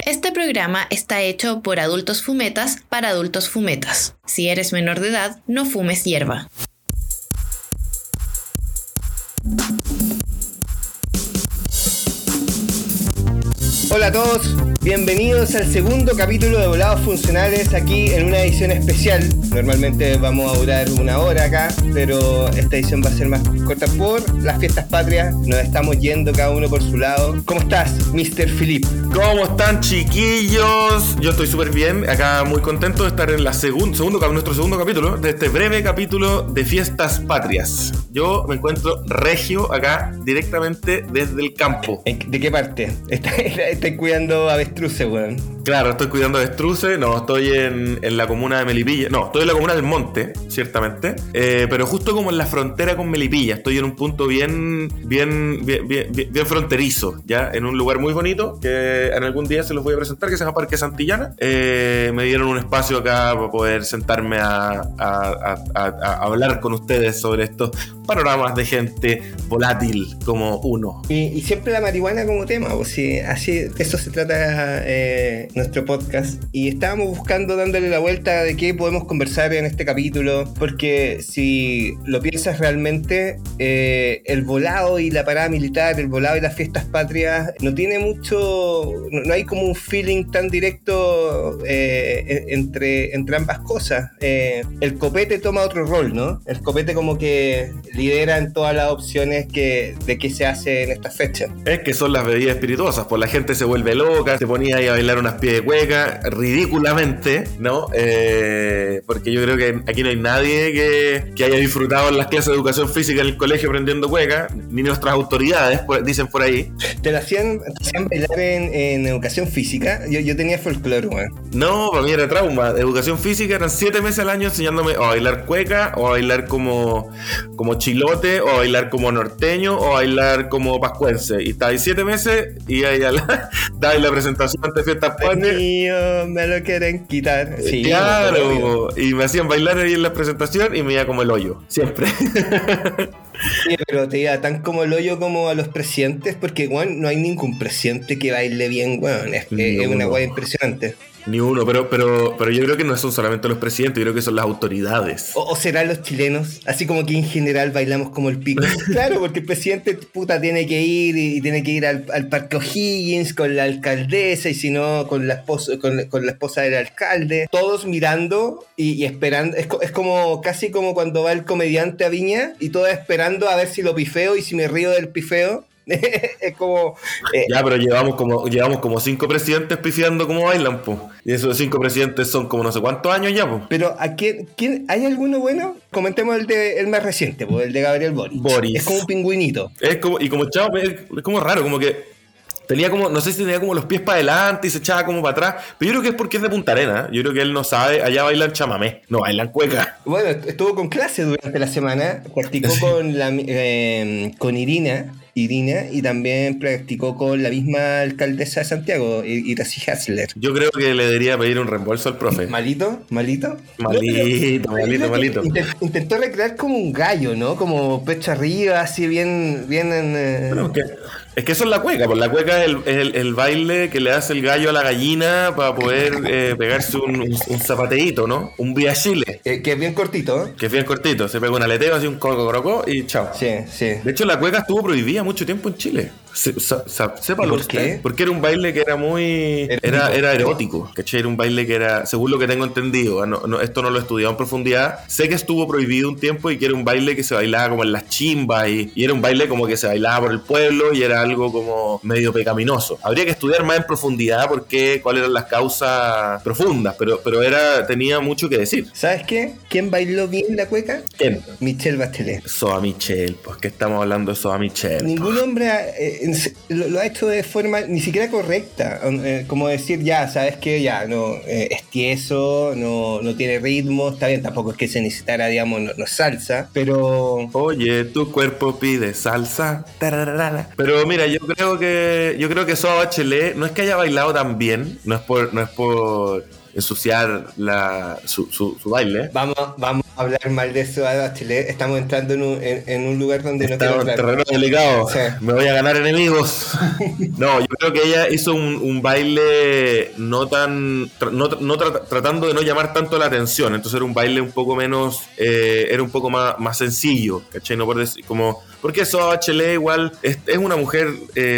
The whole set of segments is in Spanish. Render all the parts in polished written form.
Este programa está hecho por adultos fumetas para adultos fumetas. Si eres menor de edad, no fumes hierba. Hola a todos, bienvenidos al segundo capítulo de Volados Funcionales, aquí en una edición especial. Normalmente vamos a durar 1 hora acá, pero esta edición va a ser más corta por las fiestas patrias. Nos estamos yendo cada uno por su lado. ¿Cómo estás, Mr. Philip? ¿Cómo están, chiquillos? Yo estoy súper bien, acá muy contento de estar en nuestro segundo capítulo de este breve capítulo de fiestas patrias. Yo me encuentro regio acá, directamente desde el campo. ¿De qué parte? Estoy cuidando avestruces, weón. Claro, estoy cuidando avestruces. No, estoy en la comuna de Melipilla. No, estoy en la comuna del Monte, ciertamente. Pero justo como en la frontera con Melipilla. Estoy en un punto bien fronterizo, ¿ya? En un lugar muy bonito que en algún día se los voy a presentar, que se llama Parque Santillana. Me dieron un espacio acá para poder sentarme a hablar con ustedes sobre estos panoramas de gente volátil como uno. Y siempre la marihuana como tema, pues sí, así eso se trata nuestro podcast. Y estábamos buscando, dándole la vuelta de qué podemos conversar en este capítulo, porque si lo piensas realmente, el volado y la parada militar, el volado y las fiestas patrias, no tiene mucho, no hay como un feeling tan directo entre ambas cosas. El copete toma otro rol, ¿no? El copete como que lidera en todas las opciones de qué se hace en esta fecha. Es que son las bebidas espirituosas, pues la gente se vuelve loca, se ponía ahí a bailar unas pies de cueca, ridículamente, ¿no? Porque yo creo que aquí no hay nadie que haya disfrutado en las clases de educación física en el colegio aprendiendo cueca, ni nuestras autoridades, dicen por ahí. ¿Te lo hacían bailar en educación física? Yo tenía folclore, man. No, para mí era trauma. Educación física eran 7 meses al año enseñándome a bailar cueca, o a bailar como chilote, o a bailar como norteño, o a bailar como pascuense. Y estaba ahí 7 meses y ahí daba la presentación ante fiestas patrias. Mío, me lo quieren quitar. Sí, claro, y me hacían bailar ahí en la presentación y me iba como el hoyo, siempre. Sí, pero te iba tan como el hoyo como a los presidentes, porque bueno, no hay ningún presidente que baile bien, bueno, es una hueá impresionante. Ni uno, pero yo creo que no son solamente los presidentes, yo creo que son las autoridades. ¿O serán los chilenos? Así como que en general bailamos como el pico. Claro, porque el presidente, puta, tiene que ir al Parque O'Higgins con la alcaldesa, y si no, con la esposa del alcalde. Todos mirando y esperando. Es como casi como cuando va el comediante a Viña y todos esperando a ver si lo pifeo y si me río del pifeo. Es como ya, pero llevamos como 5 presidentes pifiando como bailan, po. Y esos 5 presidentes son como no sé cuántos años ya, po. Pero ¿a quién hay alguno bueno? Comentemos el más reciente, po, el de Gabriel Boric. Es como un pingüinito. Es como raro, como que tenía como, no sé si tenía como los pies para adelante y se echaba como para atrás, pero yo creo que es porque es de Punta Arenas. Yo creo que él no sabe, allá bailan chamamé, no bailan cueca. Bueno, estuvo con clase durante la semana, practicó con Irina, y también practicó con la misma alcaldesa de Santiago, Iracy Hasler. Yo creo que le debería pedir un reembolso al profe. ¿Malito? Malito. Intentó recrear como un gallo, ¿no? Como pecho arriba, así bien Bueno, es que eso es la cueca, pues la cueca es el baile que le hace el gallo a la gallina para poder pegarse un zapateíto, ¿no? Un vía Chile. Que es bien cortito, ¿eh? Que es bien cortito, se pega un aleteo, así un coco y chao. Sí. De hecho, la cueca estuvo prohibida mucho tiempo en Chile. Sépalo usted. Porque era un baile que era muy... Era erótico, ¿cachai? Era un baile que era, según lo que tengo entendido, esto no lo he estudiado en profundidad, sé que estuvo prohibido un tiempo y que era un baile que se bailaba como en las chimbas y era un baile como que se bailaba por el pueblo y era algo como medio pecaminoso. Habría que estudiar más en profundidad cuáles eran las causas profundas, pero tenía mucho que decir. ¿Sabes qué? ¿Quién bailó bien la cueca? ¿Quién? Michelle Bachelet. Soa Michelle, pues que estamos hablando de Soa Michelle. Ningún hombre lo ha hecho de forma ni siquiera correcta, como decir, ya, ¿sabes qué? Ya, no, es tieso, no tiene ritmo, está bien, tampoco es que se necesitara, digamos, no salsa, pero... Oye, tu cuerpo pide salsa, tararara. Pero mira, yo creo que Soa Bachelet no es que haya bailado tan bien, no es por ensuciar su baile. Vamos hablar mal de eso a Bachelet. Estamos entrando en un lugar donde no quiero entrar. Terreno delicado. Sí. Me voy a ganar enemigos. No, yo creo que ella hizo un baile tratando de no llamar tanto la atención. Entonces era un baile un poco menos, era un poco más sencillo, ¿cachai? No por decir, como, porque eso Bachelet igual es una mujer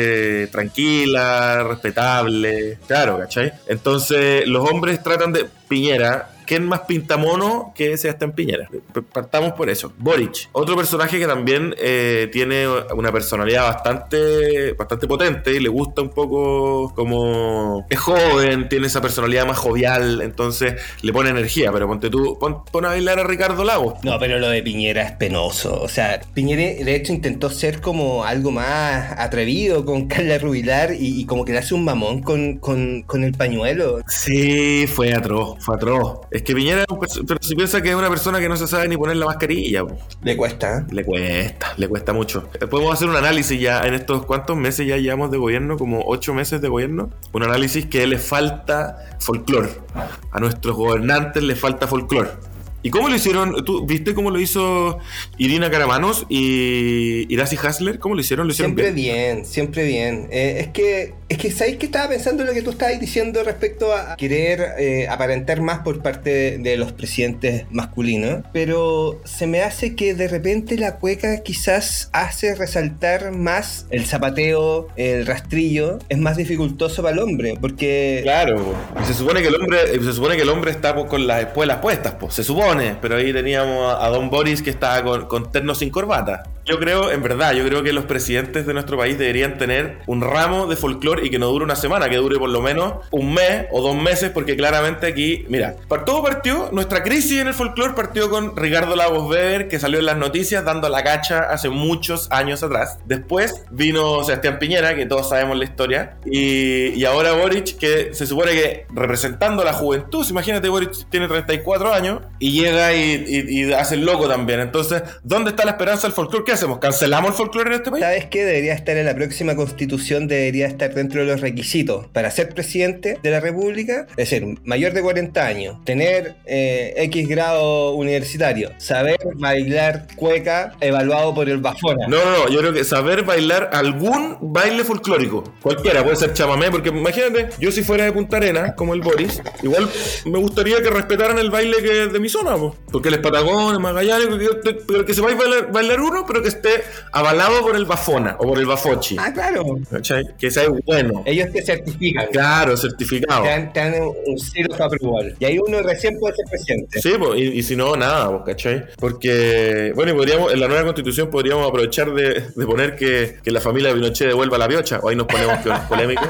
tranquila, respetable, claro, ¿cachai? Entonces los hombres tratan de Piñera. ¿Quién más pintamono que Sebastián Piñera? Partamos por eso. Boric, otro personaje que también tiene una personalidad bastante potente y le gusta un poco, como es joven, tiene esa personalidad más jovial, entonces le pone energía. Pero ponte tú, pon a bailar a Ricardo Lagos. No, pero lo de Piñera es penoso. O sea, Piñera de hecho intentó ser como algo más atrevido con Carla Rubilar y como que le hace un mamón con el pañuelo. Sí, fue atroz. Es que Piñera, pero si piensa que es una persona que no se sabe ni poner la mascarilla. Le cuesta. Le cuesta mucho. Podemos hacer un análisis ya en estos cuantos meses ya llevamos de gobierno, como 8 meses de gobierno. Un análisis que le falta folclore. A nuestros gobernantes les falta folclore. ¿Y cómo lo hicieron? ¿Tú viste cómo lo hizo Irina Caramanos y Iracy Hasler? ¿Cómo lo hicieron? Siempre bien. Es que ¿sabéis que estaba pensando en lo que tú estabas diciendo respecto a querer aparentar más por parte de los presidentes masculinos? Pero se me hace que de repente la cueca quizás hace resaltar más el zapateo, el rastrillo. Es más dificultoso para el hombre, porque... Claro, se supone que el hombre está con las espuelas puestas, pues, se supone. Pero ahí teníamos a don Boris que estaba con terno sin corbata. Yo creo que los presidentes de nuestro país deberían tener un ramo de folclore y que no dure una semana, que dure por lo menos un mes o 2 meses, porque claramente aquí, mira, todo partió, nuestra crisis en el folclore partió con Ricardo Lagos Weber, que salió en las noticias dando la cacha hace muchos años atrás. Después vino Sebastián Piñera, que todos sabemos la historia, y ahora Boric, que se supone que representando a la juventud, imagínate, Boric tiene 34 años y llega y hace el loco también. Entonces, ¿dónde está la esperanza del folclore? ¿Qué hacemos? ¿Cancelamos el folclore en este país? ¿Sabes qué? Debería estar en la próxima constitución, debería estar dentro de los requisitos para ser presidente de la república, es decir, mayor de 40 años, tener X grado universitario, saber bailar cueca evaluado por el Bafona. No, yo creo que saber bailar algún baile folclórico, cualquiera, puede ser chamamé, porque imagínate, yo si fuera de Punta Arenas, como el Boris, igual me gustaría que respetaran el baile que es de mi zona, porque él es Patagones, Magallanes, pero que se vaya a bailar uno, pero que esté avalado por el Bafona o por el Bafochi. Ah, claro. ¿Cachai? Que sea bueno. Ellos te certifican. Claro, certificado. Te dan un cero para aprobar. Y ahí uno recién puede ser presidente. Sí, pues, y si no, nada, ¿cachai? Porque, bueno, y podríamos, en la nueva constitución podríamos aprovechar de poner que la familia de Pinochet devuelva la piocha, o ahí nos ponemos polémicos.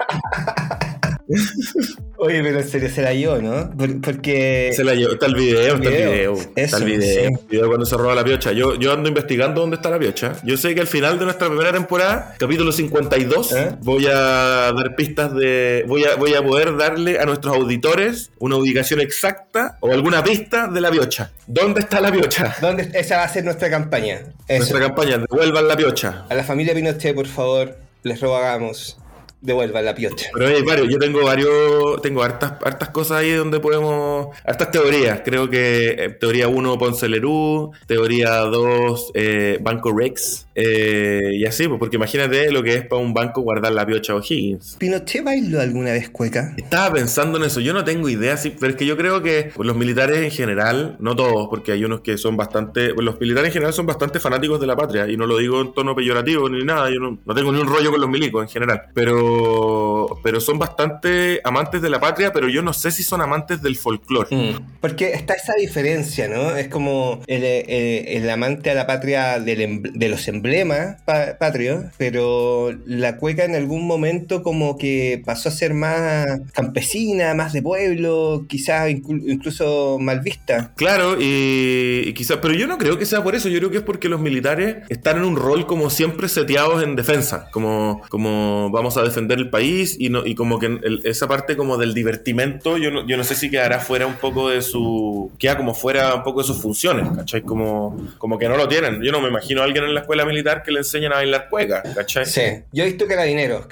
Oye, pero en serio se la llevó, ¿no? Porque... Se la llevó, está el video. Está el video cuando se roba la piocha. Yo ando investigando dónde está la piocha. Yo sé que al final de nuestra primera temporada, capítulo 52, voy a dar pistas voy a poder darle a nuestros auditores una ubicación exacta o alguna pista de la piocha. ¿Dónde está la piocha? Esa va a ser nuestra campaña. Nuestra campaña, devuelvan la piocha. A la familia Pinochet, por favor, les rogamos. Devuelvan la piocha. Pero hay varios, yo tengo hartas cosas ahí donde podemos, hartas teorías. Creo que teoría 1, Ponce Lerú, teoría 2, Banco Rex, y así, pues, porque imagínate lo que es para un banco guardar la piocha o O'Higgins. ¿Pinochet bailó alguna vez cueca? Estaba pensando en eso, yo no tengo idea, sí, pero es que yo creo que los militares en general, no todos, porque hay unos que son bastante, los militares en general son bastante fanáticos de la patria, y no lo digo en tono peyorativo ni nada, yo no tengo ni un rollo con los milicos en general, pero son bastante amantes de la patria, pero yo no sé si son amantes del folclore. Porque está esa diferencia, ¿no? Es como el amante a la patria de los emblemas patrios, pero la cueca en algún momento como que pasó a ser más campesina, más de pueblo, quizás incluso mal vista. Claro, y quizás, pero yo no creo que sea por eso, yo creo que es porque los militares están en un rol como siempre seteados en defensa, como vamos a defender defender el país y como que esa parte como del divertimento, yo no sé si quedará fuera un poco de queda como fuera un poco de sus funciones, ¿cachai? Como que no lo tienen. Yo no me imagino a alguien en la escuela militar que le enseñan a bailar cueca, ¿cachai? Sí, yo he visto carabineros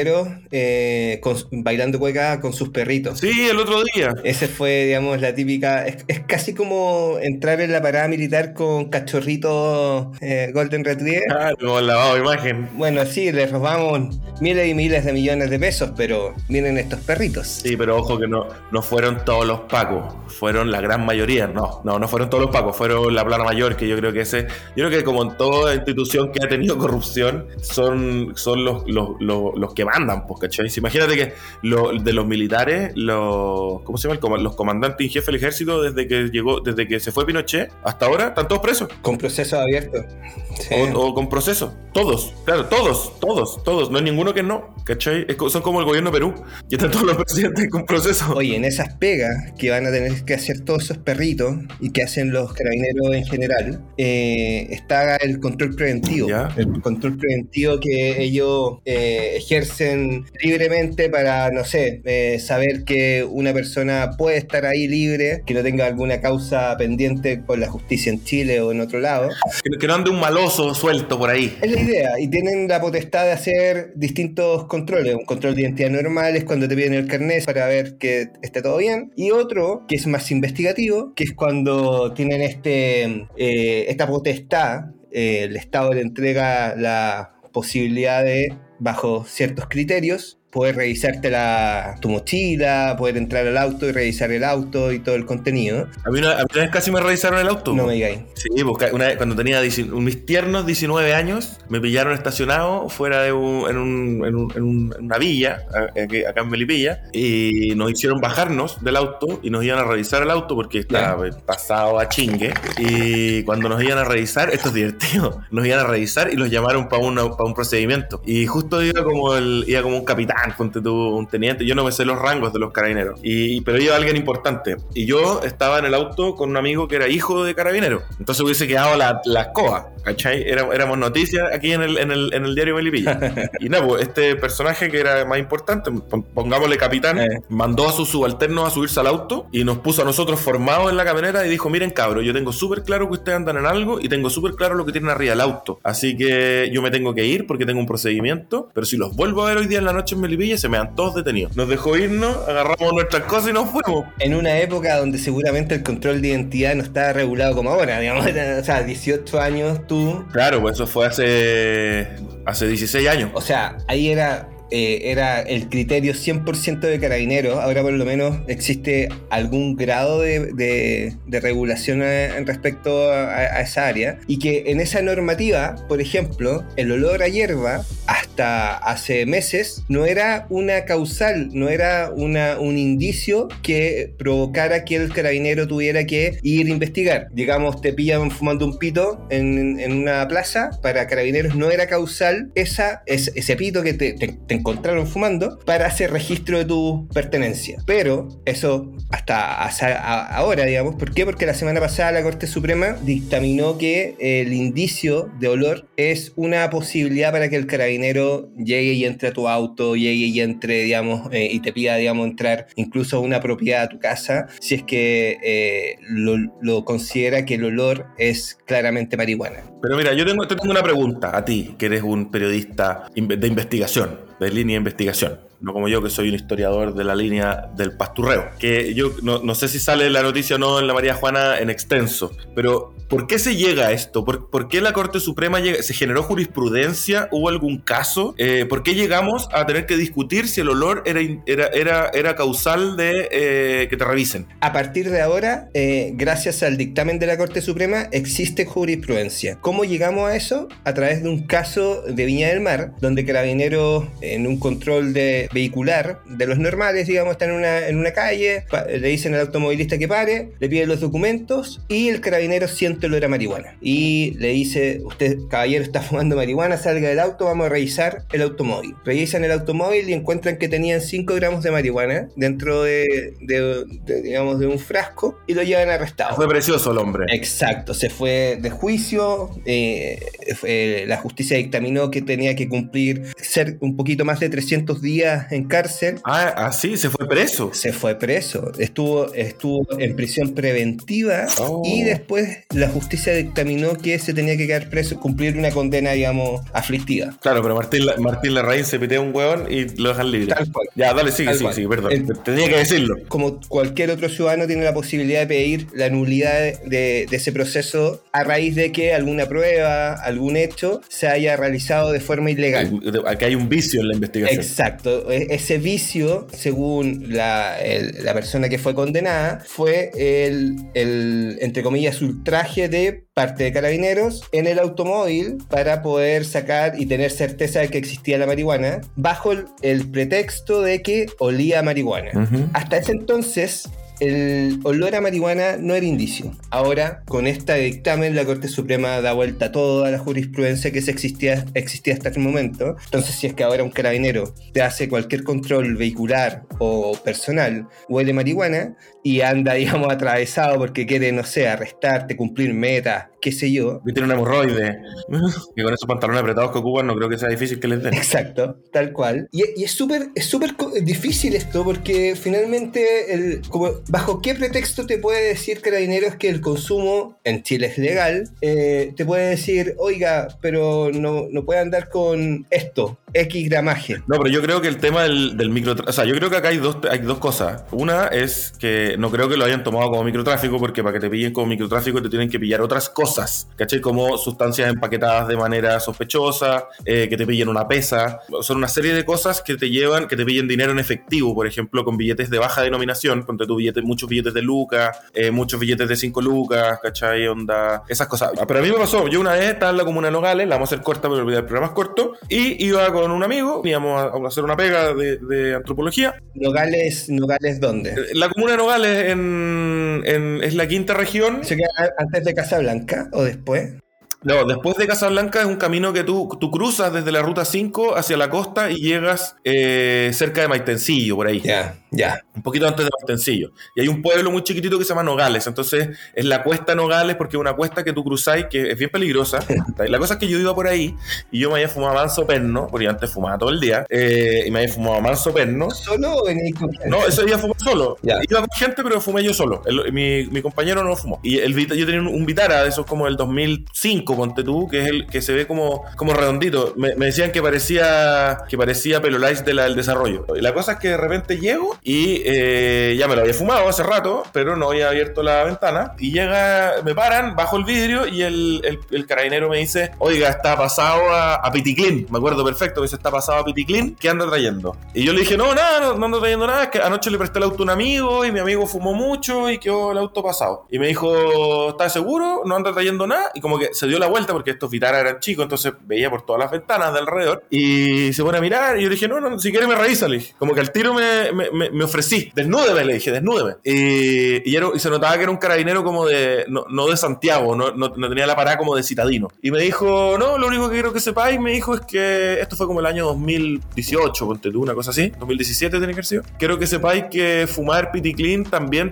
bailando cueca con sus perritos. Sí, el otro día. Ese fue, digamos, la típica, es casi como entrar en la parada militar con cachorritos Golden Retriever. Ah, como el lavado de imagen. Bueno, sí, les robamos miles y miles de millones de pesos, pero miren estos perritos. Sí, pero ojo que no fueron todos los pacos, fueron la gran mayoría. No fueron todos los pacos, fueron la plana mayor, que yo creo que como en toda institución que ha tenido corrupción, son los que mandan, pues, ¿cachai? Imagínate que de los militares, ¿cómo se llama? Los comandantes en jefe del ejército, desde que se fue Pinochet hasta ahora, están todos presos. Con procesos abiertos. Sí. O con procesos. Todos, claro, todos. No hay ninguno que no, ¿cachai? Son como el gobierno de Perú, que están todos los presidentes con procesos. Oye, en esas pegas que van a tener que hacer todos esos perritos y que hacen los carabineros en general, está el control preventivo. ¿Ya? El control preventivo que ellos ejercen libremente para, no sé, saber que una persona puede estar ahí libre, que no tenga alguna causa pendiente con la justicia en Chile o en otro lado. Que no ande un maloso suelto por ahí. Es la idea, y tienen la potestad de hacer distintos controles. Un control de identidad normal es cuando te piden el carnet para ver que esté todo bien, y otro que es más investigativo, que es cuando tienen esta potestad, el Estado le entrega la posibilidad de, bajo ciertos criterios, poder revisarte tu mochila, poder entrar al auto y revisar el auto y todo el contenido. A mí una vez casi me revisaron el auto. No me digáis. Sí, una vez cuando tenía mis tiernos 19 años, me pillaron estacionado fuera de en una villa, acá en Melipilla, y nos hicieron bajarnos del auto y nos iban a revisar el auto porque estaba pasado a chingue. Y cuando nos iban a revisar, esto es divertido, nos iban a revisar y los llamaron para un procedimiento. Y justo iba como un capitán, ponte tú, un teniente. Yo no me sé los rangos de los carabineros, pero iba alguien importante, y yo estaba en el auto con un amigo que era hijo de carabinero, entonces hubiese quedado la escoba, ¿cachai? Éramos noticias aquí en el diario Melipilla. Y nada, pues este personaje que era más importante, pongámosle capitán, mandó a sus subalternos a subirse al auto y nos puso a nosotros formados en la camioneta y dijo: miren cabros, yo tengo súper claro que ustedes andan en algo y tengo súper claro lo que tienen arriba del auto, así que yo me tengo que ir porque tengo un procedimiento, pero si los vuelvo a ver hoy día en la noche en Melipilla, se me dan todos detenidos. Nos dejó irnos, agarramos nuestras cosas y nos fuimos. En una época donde seguramente el control de identidad no estaba regulado como ahora, digamos. O sea, 18 años tú... Claro, pues eso fue hace 16 años. O sea, ahí era el criterio 100% de carabineros. Ahora por lo menos existe algún grado de regulación respecto a esa área, y que en esa normativa, por ejemplo, el olor a hierba hasta hace meses no era una causal, no era un indicio que provocara que el carabinero tuviera que ir a investigar. Digamos, te pillan fumando un pito en una plaza, para carabineros no era causal ese pito que te encontraron fumando para hacer registro de tu pertenencia. Pero eso hasta ahora, digamos. ¿Por qué? Porque la semana pasada la Corte Suprema dictaminó que el indicio de olor es una posibilidad para que el carabinero llegue y entre a tu auto, llegue y entre, digamos, y te pida, digamos, entrar incluso a una propiedad a tu casa, si es que lo considera que el olor es claramente marihuana. Pero mira, te tengo una pregunta a ti, que eres un periodista de investigación, de línea de investigación, no como yo, que soy un historiador de la línea del pasturreo, que yo no sé si sale la noticia o no en la María Juana en extenso, pero ¿por qué se llega a esto? ¿Por qué la Corte Suprema se generó jurisprudencia? ¿Hubo algún caso? ¿Por qué llegamos a tener que discutir si el olor era causal de que te revisen? A partir de ahora, gracias al dictamen de la Corte Suprema, existe jurisprudencia. ¿Cómo llegamos a eso? A través de un caso de Viña del Mar, donde Carabineros, en un control de vehicular de los normales, digamos, están en una calle, le dicen al automovilista que pare, le piden los documentos y el carabinero siente olor a marihuana y le dice: usted, caballero, está fumando marihuana, salga del auto, vamos a revisar el automóvil. Revisan el automóvil y encuentran que tenían 5 gramos de marihuana dentro digamos, de un frasco y lo llevan arrestado. Fue precioso el hombre. Exacto, se fue de juicio, la justicia dictaminó que tenía que cumplir ser un poquito más de 300 días en cárcel. Sí, se fue preso. Se fue preso, estuvo en prisión preventiva y después la justicia dictaminó que se tenía que quedar preso, cumplir una condena, digamos, aflictiva. Claro, pero Martín Larraín se pitea un huevón y lo dejan libre. Tal cual. Ya, dale, sigue, perdón. Tenía que decirlo. Como cualquier otro ciudadano tiene la posibilidad de pedir la nulidad de ese proceso a raíz de que alguna prueba, algún hecho se haya realizado de forma ilegal. Que hay un vicio en la investigación. Exacto. Ese vicio, según la persona que fue condenada, fue el entre comillas, ultraje de parte de Carabineros en el automóvil para poder sacar y tener certeza de que existía la marihuana bajo el pretexto de que olía a marihuana. Uh-huh. Hasta ese entonces el olor a marihuana no era indicio. Ahora, con este dictamen, la Corte Suprema da vuelta a toda la jurisprudencia que existía hasta el momento. Entonces, si es que ahora un carabinero te hace cualquier control vehicular o personal, huele marihuana y anda, digamos, atravesado porque quiere, no sé, arrestarte, cumplir metas, qué sé yo. Y tiene un hemorroide. Y con esos pantalones apretados que ocupan, no creo que sea difícil que les den. Exacto, tal cual. Y es súper difícil esto porque finalmente, ¿bajo qué pretexto te puede decir Carabineros que el consumo en Chile es legal? Te puede decir, oiga, pero no puede andar con esto, X gramaje. No, pero yo creo que el tema del microtráfico, o sea, yo creo que acá hay dos cosas. Una es que no creo que lo hayan tomado como microtráfico, porque para que te pillen como microtráfico te tienen que pillar otras cosas, ¿cachai? Como sustancias empaquetadas de manera sospechosa, que te pillen una pesa. Son una serie de cosas que te llevan, que te pillen dinero en efectivo, por ejemplo, con billetes de baja denominación, ponte tu billete, muchos billetes de lucas, muchos billetes de 5 lucas, ¿cachai? Onda, esas cosas. Pero a mí me pasó, yo una vez estaba en la comuna de Nogales, la vamos a hacer corta porque el programa es corto, y iba con un amigo, íbamos a hacer una pega de antropología. ¿Nogales dónde? La comuna de Nogales es la quinta región. ¿Se queda antes de Casablanca o después? No, después de Casablanca es un camino que tú cruzas desde la ruta 5 hacia la costa y llegas cerca de Maitencillo, por ahí. Ya. Un poquito antes de Maitencillo. Y hay un pueblo muy chiquitito que se llama Nogales. Entonces es la cuesta Nogales porque es una cuesta que tú cruzáis que es bien peligrosa. La cosa es que yo iba por ahí y yo me había fumado manso perno, porque antes fumaba todo el día, y me había fumado manso perno. ¿Solo o venís con gente? No, ese día fumé solo. Ya. Iba con gente, pero fumé yo solo. Mi compañero no fumó. Y yo tenía un Vitara de esos como del 2005, ponte tú, que es el que se ve como redondito. Me decían que parecía Pelolais del desarrollo. Y la cosa es que de repente llego y ya me lo había fumado hace rato, pero no había abierto la ventana. Y me paran, bajo el vidrio y el carabinero me dice: oiga, está pasado a Piticlín. Me acuerdo perfecto, me dice: está pasado a Piticlín, ¿qué anda trayendo? Y yo le dije: no ando trayendo nada, es que anoche le presté el auto a un amigo y mi amigo fumó mucho y quedó el auto pasado. Y me dijo: ¿estás seguro? ¿No anda trayendo nada? Y como que se dio la vuelta porque estos Vitara eran chicos, entonces veía por todas las ventanas de alrededor y se pone a mirar y yo le dije: no, si quieres me revisa, le dije. Como que al tiro me ofrecí: desnúdeme, le dije, desnúdeme. Y se notaba que era un carabinero como no de Santiago, no tenía la parada como de citadino. Y me dijo: no, lo único que quiero que sepáis, me dijo, es que esto fue como el año 2018, ponte tú, una cosa así, 2017 tiene que haber sido. Quiero que sepáis que fumar Piticlín también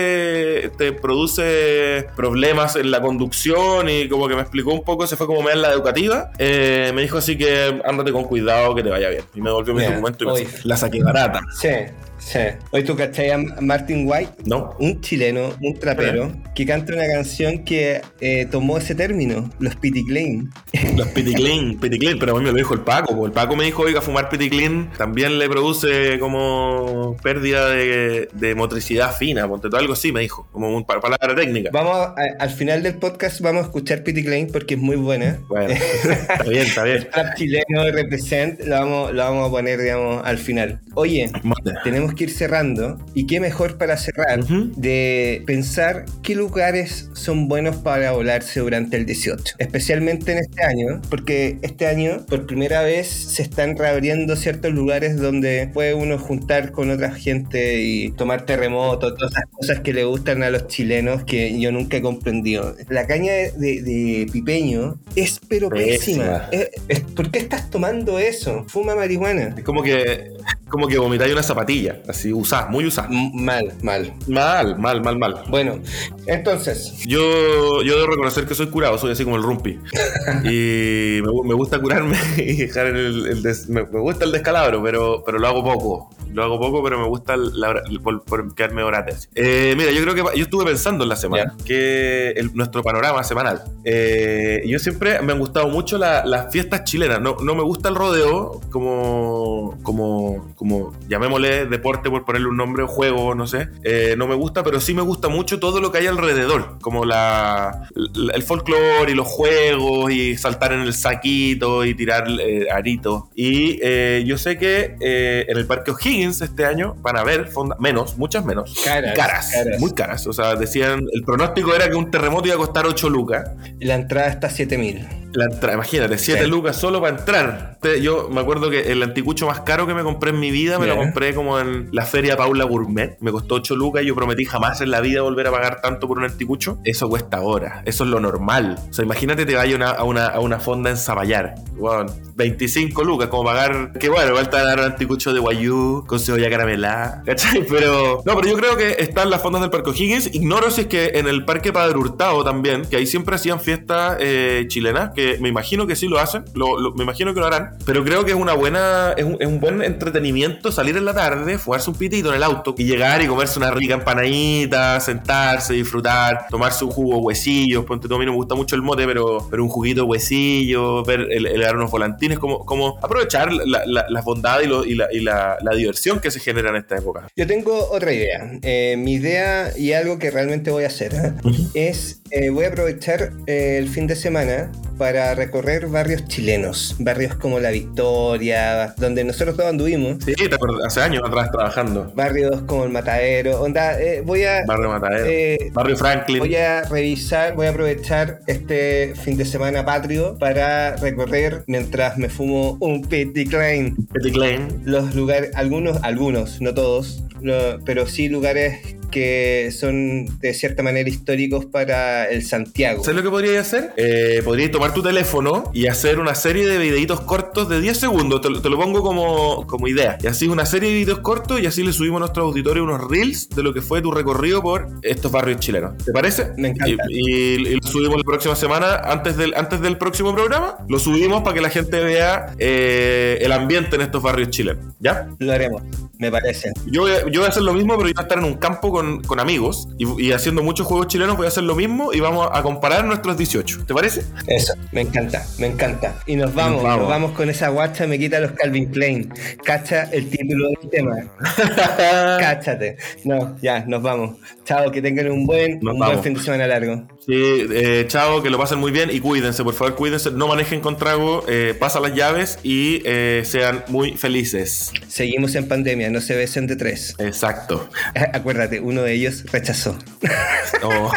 te produce problemas en la conducción, y como que me explicó un poco, se fue como media en la educativa. Me dijo así que ándate con cuidado, que te vaya bien. Y me devolvió mi documento y la saqué barata. Sí. Hoy tú cachai a Martin White, ¿no? Un chileno, un trapero, que canta una canción que tomó ese término, los Piticlín. Los Piticlín, pero a mí me lo dijo el Paco. El Paco me dijo: oiga, fumar Piticlín también le produce como pérdida de motricidad fina, ponte todo algo así, me dijo, como una palabra técnica. Al final del podcast vamos a escuchar Piticlín porque es muy buena. Bueno, está bien. El trap chileno represent, lo vamos a poner, digamos, al final. Oye, tenemos tenemos que ir cerrando, y qué mejor para cerrar de pensar qué lugares son buenos para volarse durante el 18, especialmente en este año, porque este año por primera vez se están reabriendo ciertos lugares donde puede uno juntar con otra gente y tomar terremoto, todas esas cosas que le gustan a los chilenos que yo nunca he comprendido. La caña de pipeño es pero pésima. ¿Por qué estás tomando eso? Fuma marihuana. Es como que vomitáis una zapatilla, así muy usada. Mal. Bueno, entonces. Yo debo reconocer que soy curado, soy así como el rumpi. Y me gusta curarme y dejar me gusta el descalabro, pero lo hago poco. Pero me gusta por quedarme horas. Mira, yo creo que yo estuve pensando en la semana, que nuestro panorama semanal. Yo siempre me han gustado mucho las fiestas chilenas. No me gusta el rodeo como llamémosle deporte por ponerle un nombre, juego, no sé. No me gusta, pero sí me gusta mucho todo lo que hay alrededor, como el folclore y los juegos y saltar en el saquito y tirar aritos. Y yo sé que en el Parque O'Higgins este año van a haber muchas menos. Caras. Muy caras. O sea, decían, el pronóstico era que un terremoto iba a costar 8 lucas. La entrada está a 7.000. Imagínate, 7 lucas solo para entrar. Yo me acuerdo que el anticucho más caro que me compré en mi vida me lo compré como en la feria Paula Gourmet. Me costó 8 lucas y yo prometí jamás en la vida volver a pagar tanto por un anticucho. Eso cuesta ahora. Eso es lo normal. O sea, imagínate te vayas a una fonda en Zapallar. Bueno, 25 lucas, como pagar. Que bueno, igual te van a dar un anticucho de guayú con cebolla caramelada. ¿Cachai? Pero yo creo que están las fondas del Parque O'Higgins. Ignoro si es que en el Parque Padre Hurtado también, que ahí siempre hacían fiestas chilenas, que me imagino que sí lo hacen, me imagino que lo harán, pero creo que es un buen entretenimiento salir en la tarde, fumarse un pitito en el auto y llegar y comerse una rica empanadita, sentarse, disfrutar, tomarse un jugo de huesillos. Ponte tú, a mí no me gusta mucho el mote, pero un juguito de huesillos, ver el dar unos volantines, como aprovechar las bondades y la diversión que se genera en esta época. Yo tengo otra idea. Mi idea, y algo que realmente voy a hacer, es voy a aprovechar el fin de semana para recorrer barrios chilenos, barrios como La Victoria, donde nosotros todos anduvimos. Sí, te acuerdas, hace años atrás trabajando. Barrios como el Matadero, Barrio Matadero, Barrio Franklin. Voy a aprovechar este fin de semana patrio para recorrer, mientras me fumo un Petit Klein. Los lugares, algunos, no todos, pero sí lugares que son de cierta manera históricos para el Santiago. ¿Sabes lo que podrías hacer? Podrías tomar tu teléfono y hacer una serie de videitos cortos de 10 segundos. Te lo pongo como idea. Y así una serie de videitos cortos y así le subimos a nuestro auditorio unos reels de lo que fue tu recorrido por estos barrios chilenos. ¿Te parece? Me encanta. Y lo subimos la próxima semana, antes del próximo programa. Lo subimos para que la gente vea el ambiente en estos barrios chilenos. ¿Ya? Lo haremos, me parece. Yo voy a hacer lo mismo, pero yo voy a estar en un campo con amigos y haciendo muchos juegos chilenos. Voy a hacer lo mismo y vamos a comparar nuestros 18. ¿Te parece? Eso, me encanta. Y nos vamos con esa guacha, me quita los Calvin Klein. Cacha el título del tema. Cáchate. No, ya, nos vamos. Chao, que tengan un buen fin de semana largo. Sí, chao, que lo pasen muy bien y cuídense, por favor, cuídense, no manejen con trago, pasen las llaves y sean muy felices. Seguimos en pandemia, no se besen de 3. Exacto. Acuérdate, uno de ellos rechazó. Oh,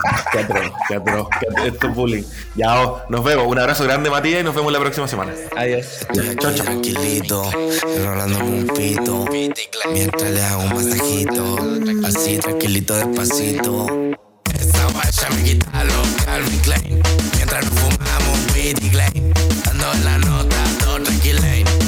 qué atroz. Esto es bullying. Ya, nos vemos. Un abrazo grande, Matías, y nos vemos la próxima semana. Adiós. Chao. Tranquilito, enrolando un pito, mientras le hago un masajito, así tranquilito, despacito. Esa guacha me quita los Calvin Klein, mientras nos fumamos Petit Klein, dando la nota, todo tranquilane.